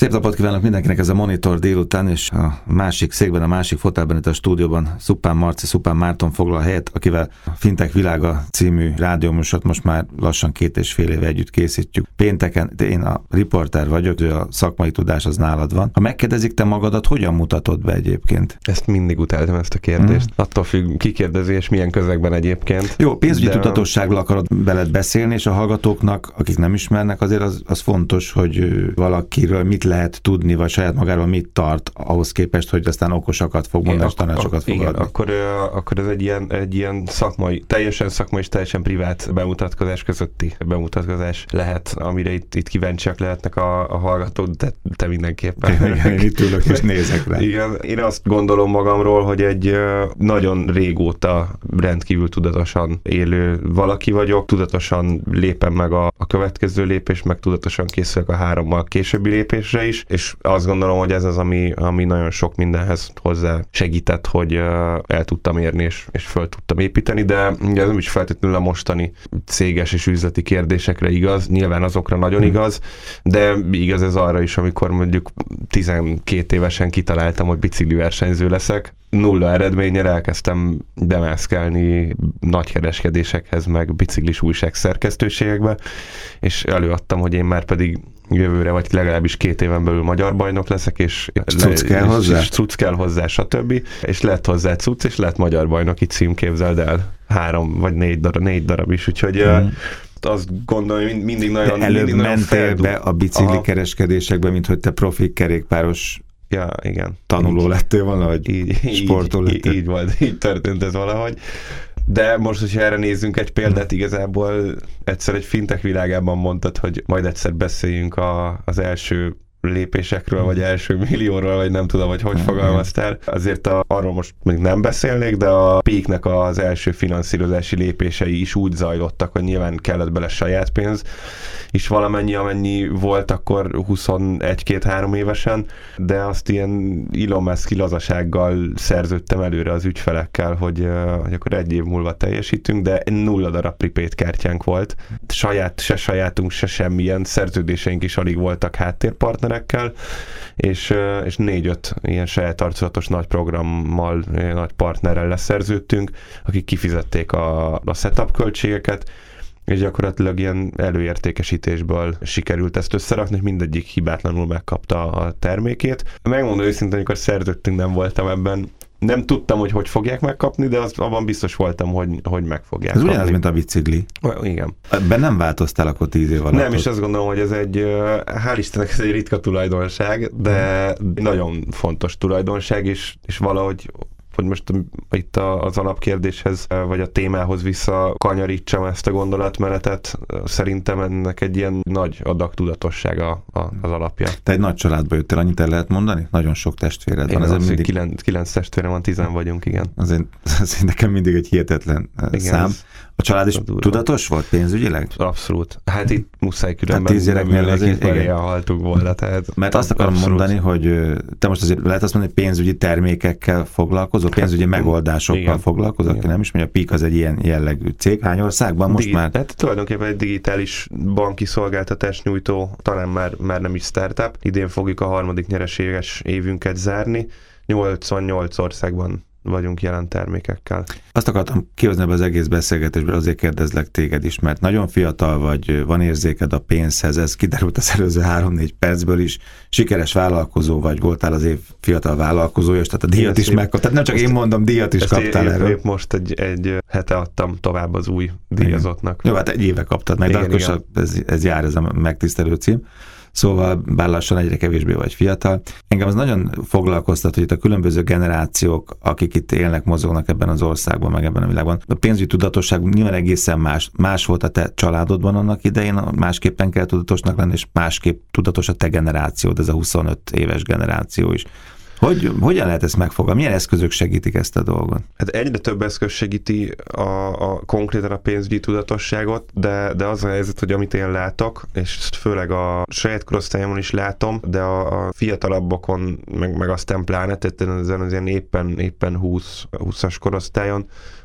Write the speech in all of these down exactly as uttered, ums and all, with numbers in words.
Szép napot kívánok mindenkinek, ez a Monitor délután, és a másik székben, a másik fotelben itt a stúdióban Szupán Marci, Szupán Márton foglal helyet, akivel Fintech Világa című rádióműsort most már lassan két és fél éve együtt készítjük. Pénteken én a riporter vagyok, ő a szakmai tudás az nálad van. Ha megkérdezik, te magadat hogyan mutatod be egyébként? Ezt mindig utáltam, ezt a kérdést. Mm. Attól függ, ki kérdezi, és milyen közegben egyébként. Jó, pénzügyi de... tudatossággal akarod veled beszélni, és a hallgatóknak, akik nem ismernek, azért az, az fontos, hogy valakiről mit lehet tudni, vagy saját magáról mit tart, ahhoz képest, hogy aztán okosakat fog mondani, és tanácsokat fog adni. Akkor, akkor ez egy ilyen, egy ilyen szakmai, teljesen szakmai és teljesen privát bemutatkozás közötti bemutatkozás lehet, amire itt, itt kíváncsiak lehetnek a, a hallgatók, de te mindenképpen. Igen, én itt ülök és nézek rá. Igen, én azt gondolom magamról, hogy egy nagyon régóta rendkívül tudatosan élő valaki vagyok, tudatosan lépem meg a, a következő lépés, meg tudatosan készülök a hárommal későbbi lépésre is, és azt gondolom, hogy ez az, ami, ami nagyon sok mindenhez hozzá segített, hogy el tudtam érni, és, és föl tudtam építeni, de ez nem is feltétlenül a mostani céges és üzleti kérdésekre igaz, nyilván azokra nagyon hmm. igaz, de igaz ez arra is, amikor mondjuk tizenkét évesen kitaláltam, hogy bicikliversenyző leszek, nulla eredménnyel elkezdtem bemászkálni nagykereskedésekhez, meg biciklis újság szerkesztőségekbe, és előadtam, hogy én már pedig jövőre, vagy legalábbis két éven belül magyar bajnok leszek, és cucc kell hozzá, és cucc kell hozzá, stb. És lett hozzá cucc, és lett magyar bajnoki cím, képzeld el. Három vagy négy darab, négy darab is, úgyhogy hmm. azt gondolom, hogy mindig nagyon... De előbb mindig mentél be a bicikli kereskedésekbe, mint hogy te profi kerékpáros ja, igen. tanuló így, lettél valahogy, így, sportoló így, lettél. Így, így volt, így történt ez valahogy. De most, hogyha erre nézzünk egy példát, igazából egyszer egy fintech világában mondtad, hogy majd egyszer beszéljünk a, az első lépésekről, vagy első millióról, vagy nem tudom, hogy hogy fogalmaztál. Azért a, arról most még nem beszélnék, de a Peaknek az első finanszírozási lépései is úgy zajlottak, hogy nyilván kellett bele saját pénz, és valamennyi, amennyi volt akkor huszonegy-két-három évesen, de azt ilyen Elon Musk lazasággal szerződtem előre az ügyfelekkel, hogy, hogy akkor egy év múlva teljesítünk, de nulla darab prepaid kártyánk volt. Saját, se sajátunk, se semmilyen szerződéseink is alig voltak háttérpartnerek, és, és négy-öt ilyen saját arculatos nagy programmal, nagy partnerrel leszerződtünk, akik kifizették a, a setup költségeket, és gyakorlatilag ilyen előértékesítésből sikerült ezt összerakni, és mindegyik hibátlanul megkapta a termékét. Megmondom őszintén, amikor szerződtünk, nem voltam ebben. Nem tudtam, hogy hogy fogják megkapni, de az, abban biztos voltam, hogy, hogy meg fogják ez kapni. Ez ugyanaz, mint a bicikli. Igen. Ebben nem változtál akkor tíz év alatt. Nem, és azt gondolom, hogy ez egy, hál' Istennek ez egy ritka tulajdonság, de nagyon fontos tulajdonság, és, és valahogy hogy most itt az alapkérdéshez, vagy a témához visszakanyarítsam ezt a gondolatmenetet, szerintem ennek egy ilyen nagy adag tudatossága az alapja. Te egy nagy családba jöttél, annyit el lehet mondani? Nagyon sok testvéred én van. Az mindig... kilenc, kilenc testvérem van, tizen vagyunk, igen. Azért, azért nekem mindig egy hihetetlen igen, szám. A család is tudatos volt pénzügyileg? Abszolút. Hát itt muszáj különben. Hát tíz gyereknél azért igen, haltuk volna. Tehát mert azt akarom abszolút mondani, hogy te most azért lehet azt mondani, hogy pénzügyi termékekkel foglalkozol, pénzügyi megoldásokkal igen, foglalkozol, aki nem is mondja, a Peak az egy ilyen jellegű cég. Hány országban most Digi- már? Hát tulajdonképpen egy digitális banki szolgáltatás nyújtó, talán már, már nem is startup. Idén fogjuk a harmadik nyereséges évünket zárni. nyolcvannyolc országban vagyunk jelen termékekkel. Azt akartam kihozni ebbe az egész beszélgetésből, azért kérdezlek téged is, mert nagyon fiatal vagy, van érzéked a pénzhez, ez kiderült az előző három-négy percből is, sikeres vállalkozó vagy, voltál az év fiatal vállalkozója, és tehát a díjat is megkaptál. Tehát nem csak én mondom, díjat is kaptál erről. Épp most egy, egy hete adtam tovább az új díjazottnak. Jó, hát egy éve kaptad meg, igen, de akkor ez, ez jár, ez a megtisztelő cím. Szóval bár lassan egyre kevésbé vagy fiatal. Engem az nagyon foglalkoztat, hogy itt a különböző generációk, akik itt élnek, mozognak ebben az országban, meg ebben a világban. A pénzügyi tudatosság nyilván egészen más. Más volt a te családodban annak idején, másképpen kell tudatosnak lenni, és másképp tudatos a te generációd, ez a huszonöt éves generáció is. Hogy, hogyan lehet ezt megfogalmazni? Milyen eszközök segítik ezt a dolgot? Hát egyre több eszköz segíti a, a konkrétan a pénzügyi tudatosságot, de, de az a helyzet, hogy amit én látok, és főleg a saját korosztályomon is látom, de a, a fiatalabbakon, meg, meg aztán pláne, tehát ezen az ilyen éppen, éppen húsz, húszas korosztályon,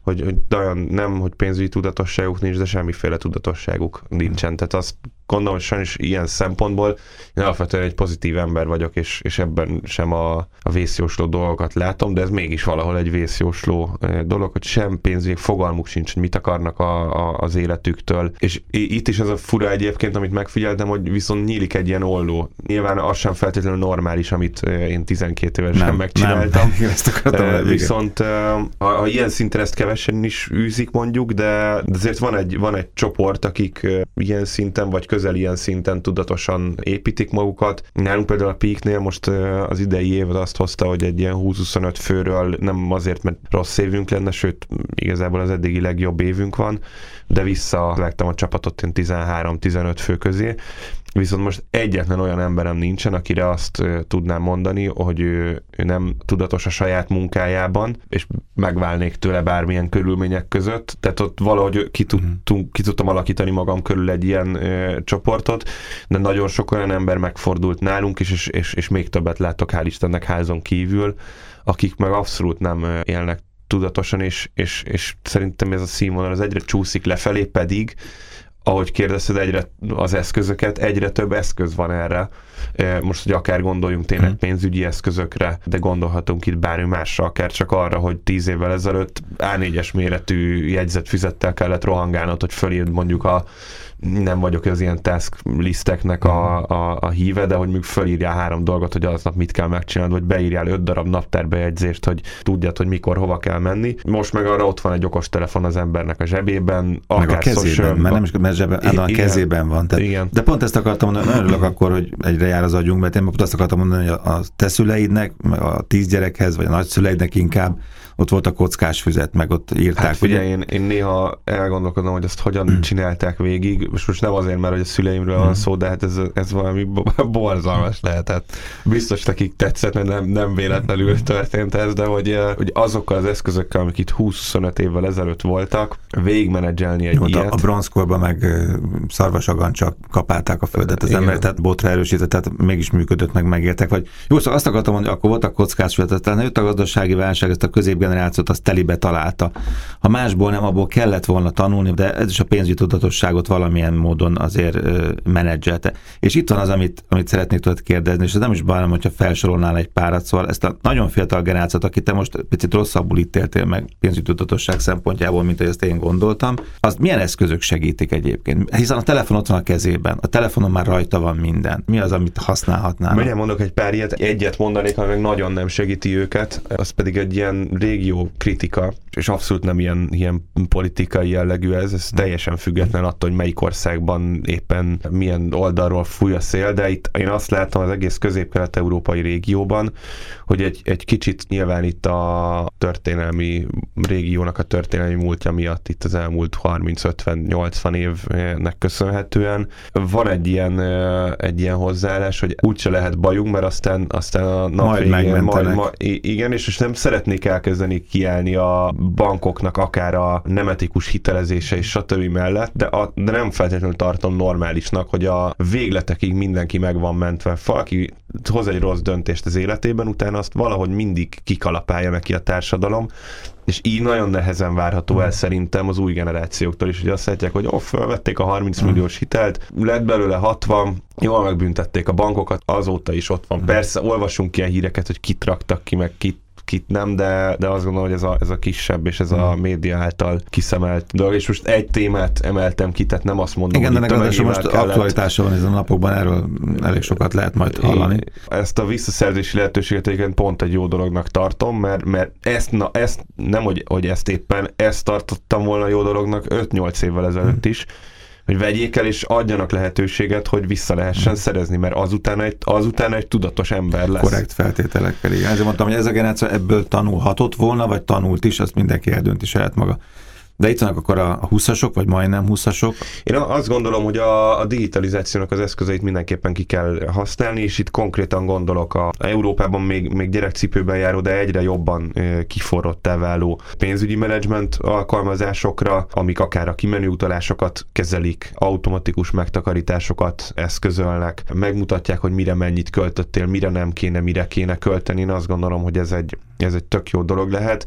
hogy, hogy nagyon nem, hogy pénzügyi tudatosságuk nincs, de semmiféle tudatosságuk nincsen. Tehát azt gondolom, hogy sajnos ilyen szempontból én alapvetően egy pozitív ember vagyok, és, és ebben sem a, a vészjósló dolgokat látom, de ez mégis valahol egy vészjósló dolog, hogy sem pénzügyi fogalmuk sincs, hogy mit akarnak a, a, az életüktől. És itt is ez a fura egyébként, amit megfigyeltem, hogy viszont nyílik egy ilyen olló. Nyilván az sem feltétlenül normális, amit én tizenkét évesen nem, megcsináltam. Nem. Ezt akartam, viszont ha, ha ilyen szinten ezt kevesen is űzik mondjuk, de, de azért van egy, van egy csoport, akik ilyen szinten, vagy közel ilyen szinten tudatosan építik magukat. Nálunk például a Peaknél most az idei évad azt hozta, hogy egy ilyen húsz-huszonöt főről nem azért, mert rossz évünk lenne, sőt, igazából az eddigi legjobb évünk van, de visszavágtam a csapatot én tizenhárom-tizenöt fő közé. Viszont most egyetlen olyan emberem nincsen, akire azt tudnám mondani, hogy ő, ő nem tudatos a saját munkájában, és megválnék tőle bármilyen körülmények között. Tehát ott valahogy ki, tudtunk, ki tudtam alakítani magam körül egy ilyen ö, csoportot, de nagyon sok olyan ember megfordult nálunk is, és, és, és még többet látok, hál' Istennek házon kívül, akik meg abszolút nem élnek tudatosan, és, és, és szerintem ez a színvonal az egyre csúszik lefelé, pedig ahogy kérdezted, egyre az eszközöket, egyre több eszköz van erre. Most, hogy akár gondoljunk tényleg pénzügyi eszközökre, de gondolhatunk itt bármi másra, akár csak arra, hogy tíz évvel ezelőtt á négyes méretű jegyzetfüzettel kellett rohangálnod, hogy fölírd mondjuk a nem vagyok az ilyen task listeknek a, a, a híve, de hogy még fölírjál három dolgot, hogy aznap mit kell megcsinálni, vagy beírjál öt darab naptárbejegyzést, hogy tudjad, hogy mikor, hova kell menni. Most meg arra ott van egy okos telefon az embernek a zsebében, akár meg a kezében, social, mert nem is mert zsebben, igen, a kezében van. Tehát, igen. De pont ezt akartam mondani, nagyon örülök akkor, hogy egyre jár az agyunk, mert én pont azt akartam mondani, hogy a te szüleidnek, a tíz gyerekhez, vagy a nagyszüleidnek inkább ott volt a kockás füzet, meg ott írták. Hát ugye én, én néha elgondolkodom, hogy ezt hogyan mm. csinálták végig, és most nem azért, mert hogy a szüleimről mm. van szó, de hát ez, ez valami borzalmas lehetett. Biztos nekik tetszett, mert nem, nem véletlenül történt ez, de hogy, hogy azokkal az eszközökkel, amik itt húsz-huszonöt évvel ezelőtt voltak, végigmenedzselni egy Jó, ilyet. A bronzkorban meg szarvasagancsak kapálták a földet az ember, tehát botra erősített, tehát mégis működött, meg megértek. Vagy jó, szóval azt akartam mondani, akkor voltak kockás füzet, tehát jött a gazdasági válság, ezt a közép generációt az telibe találta. Ha másból nem, abból kellett volna tanulni, de ez is a pénzügyi tudatosságot valamilyen módon azért ö, menedzselte. És itt van az, amit, amit szeretnék tőled kérdezni, és ez nem is bánom, hogyha felsorolnál egy párat, szóval ezt a nagyon fiatal generációt, akit te most picit rosszabbul ítéltél meg pénzügyi tudatosság szempontjából, mint hogy ezt én gondoltam, az milyen eszközök segítik egyébként? Hiszen a telefon ott van a kezében, a telefonon már rajta van minden. Mi az, amit használhatnának? Mindjárt mondok egy pár ilyet, egyet mondanék, ami meg nagyon nem segíti őket, az pedig egy ilyen régió kritika, és abszolút nem ilyen, ilyen politikai jellegű ez, ez teljesen független attól, hogy melyik országban éppen milyen oldalról fúj a szél, de itt én azt látom az egész közép-kelet-európai régióban, hogy egy, egy kicsit nyilván itt a történelmi régiónak a történelmi múltja miatt itt az elmúlt harminc-ötven-nyolcvan évnek köszönhetően van egy ilyen, egy ilyen hozzáállás, hogy úgyse lehet bajunk, mert aztán, aztán a nap majd végén majd, majd, igen, és, és nem szeretnék elkezdeni kiállni a bankoknak akár a nem etikus hitelezése és stb. Mellett, de, a, de nem feltétlenül tartom normálisnak, hogy a végletekig mindenki meg van mentve. Valaki hoz egy rossz döntést az életében, utána azt valahogy mindig kikalapálja neki a társadalom, és így nagyon nehezen várható el szerintem az új generációktól is, hogy azt látják, hogy ó, fölvették a harminc milliós hitelt, lett belőle hatvan, jól megbüntették a bankokat, azóta is ott van. Persze, olvasunk ilyen híreket, hogy kit raktak ki, meg kit kit nem, de, de azt gondolom, hogy ez a, ez a kisebb és ez a média által kiszemelt dolog, és most egy témát emeltem ki, tehát nem azt mondom, igen, hogy itt a most kellett... aktualitása van ezen a napokban, erről elég sokat lehet majd hallani. Ezt a visszaszerzési lehetőséget egyébként pont egy jó dolognak tartom, mert, mert ezt, na, ezt nem, hogy, hogy ezt éppen, ezt tartottam volna jó dolognak öt-nyolc évvel ezelőtt is, hogy vegyék el és adjanak lehetőséget, hogy vissza lehessen hmm. szerezni, mert azután egy, azután egy tudatos ember lesz. Korrekt feltételekkel, igen. Ezért mondtam, hogy ez a generáció ebből tanulhatott volna, vagy tanult is, azt mindenki eldönti saját maga. De itt vannak akkor a húszasok, vagy majdnem húszasok? Én azt gondolom, hogy a, a digitalizációnak az eszközeit mindenképpen ki kell használni, és itt konkrétan gondolok a, a Európában még, még gyerekcipőben járó, de egyre jobban e, kiforrottá váló pénzügyi menedzsment alkalmazásokra, amik akár a kimenő utalásokat kezelik, automatikus megtakarításokat eszközölnek, megmutatják, hogy mire mennyit költöttél, mire nem kéne, mire kéne költeni. Én azt gondolom, hogy ez egy, ez egy tök jó dolog lehet.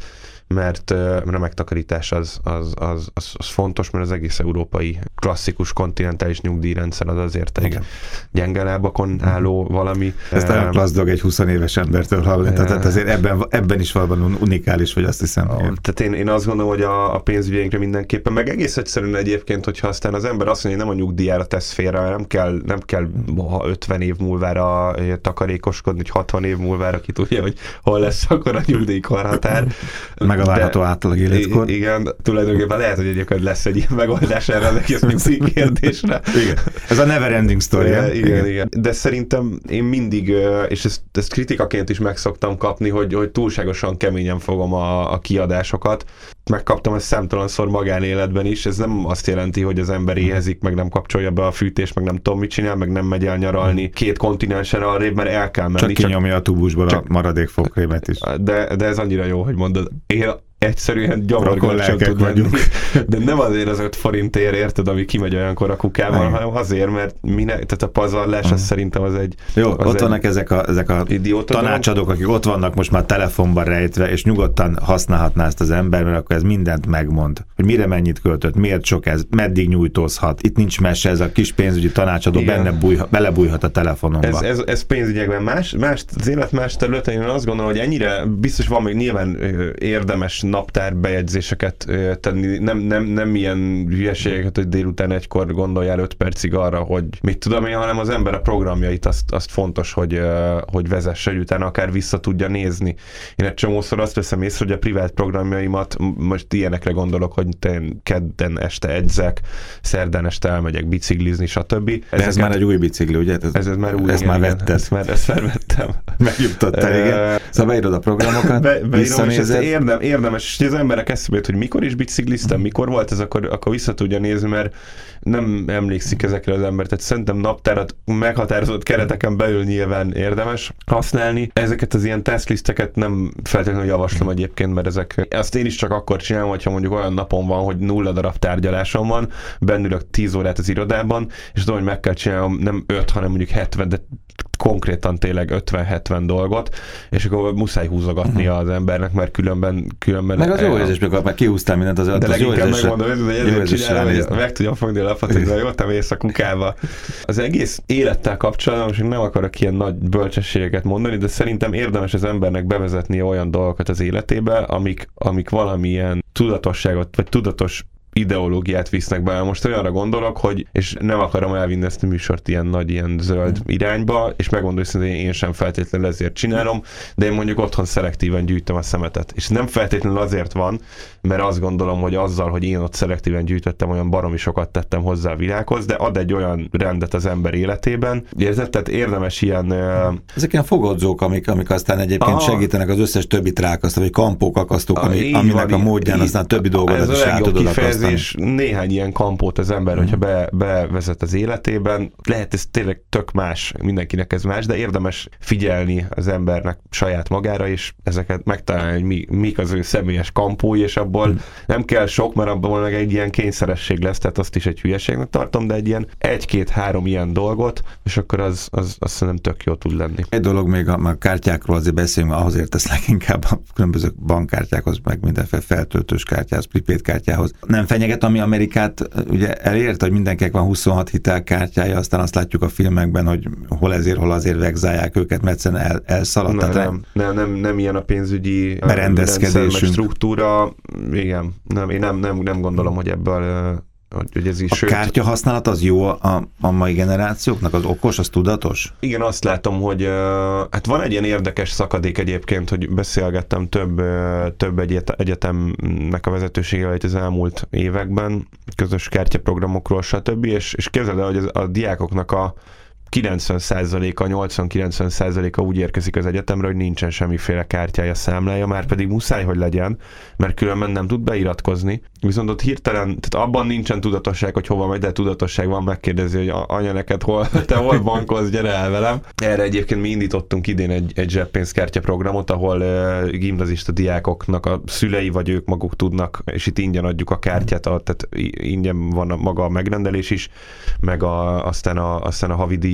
mert, mert a megtakarítás az, az, az, az, az fontos, mert az egész európai klasszikus kontinentális nyugdíjrendszer az azért egy Igen. gyenge lábakon álló valami. Ezt olyan klassz dolog egy húsz éves embertől hallani, tehát azért ebben, ebben is valami unikális, vagy azt hiszem. Tehát én, én azt gondolom, hogy a, a pénzügyeinkre mindenképpen, meg egész egyszerűen egyébként, hogyha aztán az ember azt mondja, hogy nem a nyugdíjára tesz félre, nem kell, nem kell ötven év múlvára takarékoskodni, hogy hatvan év múlvára ki tudja, hogy hol lesz akkor a nyugdíjkorhatár. Meg a várható átlag életkor. Igen, tulajdonképpen lehet, hogy egyébként lesz egy ilyen megoldás erre az egész nyugdíj kérdésre. Igen. Ez a never ending story. Igen, igen, igen. De szerintem én mindig, és ezt, ezt kritikaként is meg szoktam kapni, hogy, hogy túlságosan keményen fogom a, a kiadásokat. Megkaptam ezt számtalanszor magánéletben is, ez nem azt jelenti, hogy az ember éhezik, meg nem kapcsolja be a fűtést, meg nem tudom mit csinál, meg nem megy el nyaralni két kontinensen arrébb, mert el kell menni. Csak kinyomja csak, a tubusból csak, a maradék fogkrémet is. De, de ez annyira jó, hogy mondod. Én egyszerűen gyamargósan tud lenni. De nem azért az öt forintért, érted, ami kimegy olyankor a kukával, Aj. hanem azért, mert minek, tehát a pazarlás, uh-huh. az szerintem az egy... Jó, az ott vannak ezek a, ezek a tanácsadók, akik ott vannak most már telefonban rejtve, és nyugodtan használhatná ezt az ember, mert akkor ez mindent megmond. Hogy mire mennyit költött, miért sok ez, meddig nyújtózhat. Itt nincs mese, ez a kis pénzügyi tanácsadó benne bújha, belebújhat a telefonomba. Ez, ez, ez pénzügyekben más, más, az élet más területen, én azt gondolom, hogy ennyire biztos van még nyilván érdemes naptár bejegyzéseket tenni, nem, nem, nem ilyen hülyeségeket, hogy délután egykor gondoljál öt percig arra, hogy mit tudom én, hanem az ember a programjait azt, azt fontos, hogy, hogy vezesse, hogy utána akár vissza tudja nézni. Én egy csomószor azt veszem észre, hogy a privát programjaimat, most ilyenekre gondolok, hogy én kedden este edzek, szerdán este elmegyek biciklizni, stb. Ez, ez már egy új bicikli, ugye? Ez, ez, ez már új, ezt már vetted. Ezt már, ezt már vettem. Megjutottál, igen. Szóval beírod a programokat, be, visszanézed. Érdem, érdemes, és az emberek eszébe jut, hogy mikor is bicikliztem, mikor volt ez, akkor, akkor vissza tudja nézni, mert nem emlékszik ezekre az ember. Tehát szerintem naptárat meghatározott kereteken belül nyilván érdemes használni. Ezeket az ilyen tesztlisteket nem feltétlenül javaslom egyébként, mert ezek, azt én is csak akkor csinálom, hogyha mondjuk olyan napon van, hogy nulla darab tárgyalásom van, bennülök tíz órát az irodában, és tudom, hogy meg kell csinálnom nem öt, hanem mondjuk hetven, de konkrétan tényleg ötven-hetven dolgot, és akkor muszáj húzogatni uh-huh. az embernek, mert különben... különben meg az jó érzés, mikor már kihúztál mindent az öt, de az jó érzés. Megmondom, hogy ezért csinálom, hogy meg tudjam fogni a lapot, hogy jó, te mész a kukába. Az egész élettel kapcsolatban, most nem akarok ilyen nagy bölcsességeket mondani, de szerintem érdemes az embernek bevezetnie olyan dolgokat az életébe, amik, amik valamilyen tudatosságot, vagy tudatos ideológiát visznek be. Most olyanra gondolok, hogy, és nem akarom elvinni ezt a műsort ilyen nagy, ilyen zöld irányba, és megmondom, hogy én sem feltétlenül ezért csinálom, de én mondjuk otthon szelektíven gyűjtöm a szemetet. És nem feltétlenül azért van, mert azt gondolom, hogy azzal, hogy én ott szelektíven gyűjtöttem, olyan baromi sokat tettem hozzá a világhoz, de ad egy olyan rendet az ember életében. Érzed? Tehát érdemes ilyen... Ezek ilyen fogodzók, amik, amik aztán egyébként Aha. segítenek az összes többi trákasztó, vagy kampókakasztók, ami, aminek van, a módján aztán többi dolgot is át tudod akasztani. És néhány ilyen kampót az ember, mm. hogyha be, bevezet az életében, lehet ez tényleg tök más, mindenkinek ez más, de érdemes figyelni az embernek saját magára, és ezeket megtalálni, hogy mi, mik az ő személyes kampói, és abból mm. nem kell sok, mert abból meg egy ilyen kényszeresség lesz, tehát azt is egy hülyeségnek tartom, de egy ilyen egy-két-három ilyen dolgot, és akkor az, az, az szerintem tök jó tud lenni. Egy dolog még a, a kártyákról azért beszélünk, ahhoz értesz leginkább a különböző bankkártyákhoz, meg mindenféle feltöltős kártyához, prepaid kártyához. Nem fenyeget, ami Amerikát ugye elérte, hogy mindenkinek van huszonhat hitelkártyája, aztán azt látjuk a filmekben, hogy hol ezért, hol azért vegzálják őket, mert egyszerűen el, elszaladt. Nem, nem, nem, nem, nem ilyen a pénzügyi berendezkedésünk, struktúra. Igen, nem, én nem, nem, nem gondolom, hogy ebből hogy ez is, a sőt, kártya használat az jó a, a mai generációknak? Az okos, az tudatos? Igen, azt látom, hogy uh, hát van egy ilyen érdekes szakadék egyébként, hogy beszélgettem több, uh, több egyetemnek a vezetőségével itt az elmúlt években, közös kártyaprogramokról, stb. És, és képzeld el, hogy az, a diákoknak a kilencven százaléka, nyolcvan-kilencven százaléka úgy érkezik az egyetemre, hogy nincsen semmiféle kártyája, számlája, már pedig muszáj, hogy legyen, mert különben nem tud beiratkozni. Viszont ott hirtelen, tehát abban nincsen tudatosság, hogy hova megy, de tudatosság van, megkérdezi, hogy anya, neked hol, te hol bankolsz, gyere el velem. Erre egyébként mi indítottunk idén egy, egy zseppénzkártya programot, ahol uh, gimnazista diákoknak a szülei vagy ők maguk tudnak, és itt ingyen adjuk a kártyát, a, tehát ingyen van a, maga a megrendelés is, meg a, aztán, a, aztán a havi díj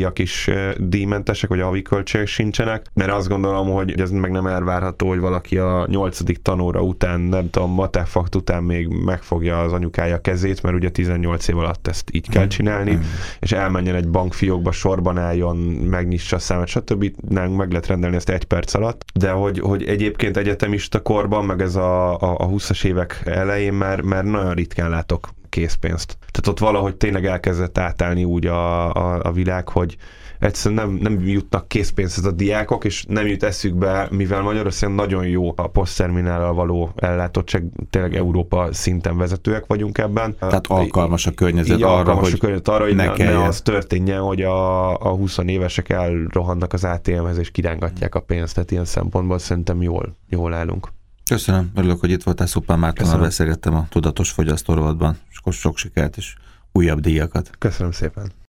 díjak is díjmentesek, vagy a havi költségek sincsenek, mert azt gondolom, hogy ez meg nem elvárható, hogy valaki a nyolcadik tanóra után, nem tudom, matek fakt után még megfogja az anyukája kezét, mert ugye tizennyolc év alatt ezt így kell csinálni, mm. és elmenjen egy bankfiókba, sorban álljon, megnyissa a számát, stb. Nálunk meg lehet rendelni ezt egy perc alatt, de hogy, hogy egyébként egyetemista korban, meg ez a, a, a húszas évek elején már, már nagyon ritkán látok készpénzt. Tehát ott valahogy tényleg elkezdett átállni úgy a, a, a világ, hogy egyszerűen nem, nem jutnak készpénzhez a diákok, és nem jut eszükbe, mivel Magyarországon nagyon jó a posztterminállal való ellátottság, tényleg Európa szinten vezetőek vagyunk ebben. Tehát alkalmas a környezet arra, alkalmas hogy, a környezet arra, hogy ne, ne, ne az történjen, hogy a, a húsz évesek elrohannak az á té em-hez és kirángatják a pénzt, tehát ilyen szempontból szerintem jól, jól állunk. Köszönöm, örülök, hogy itt voltál, Szupán Mártonnal beszélgettem a Tudatos Fogyasztó rovatban, és sok sikert és újabb díjakat. Köszönöm szépen.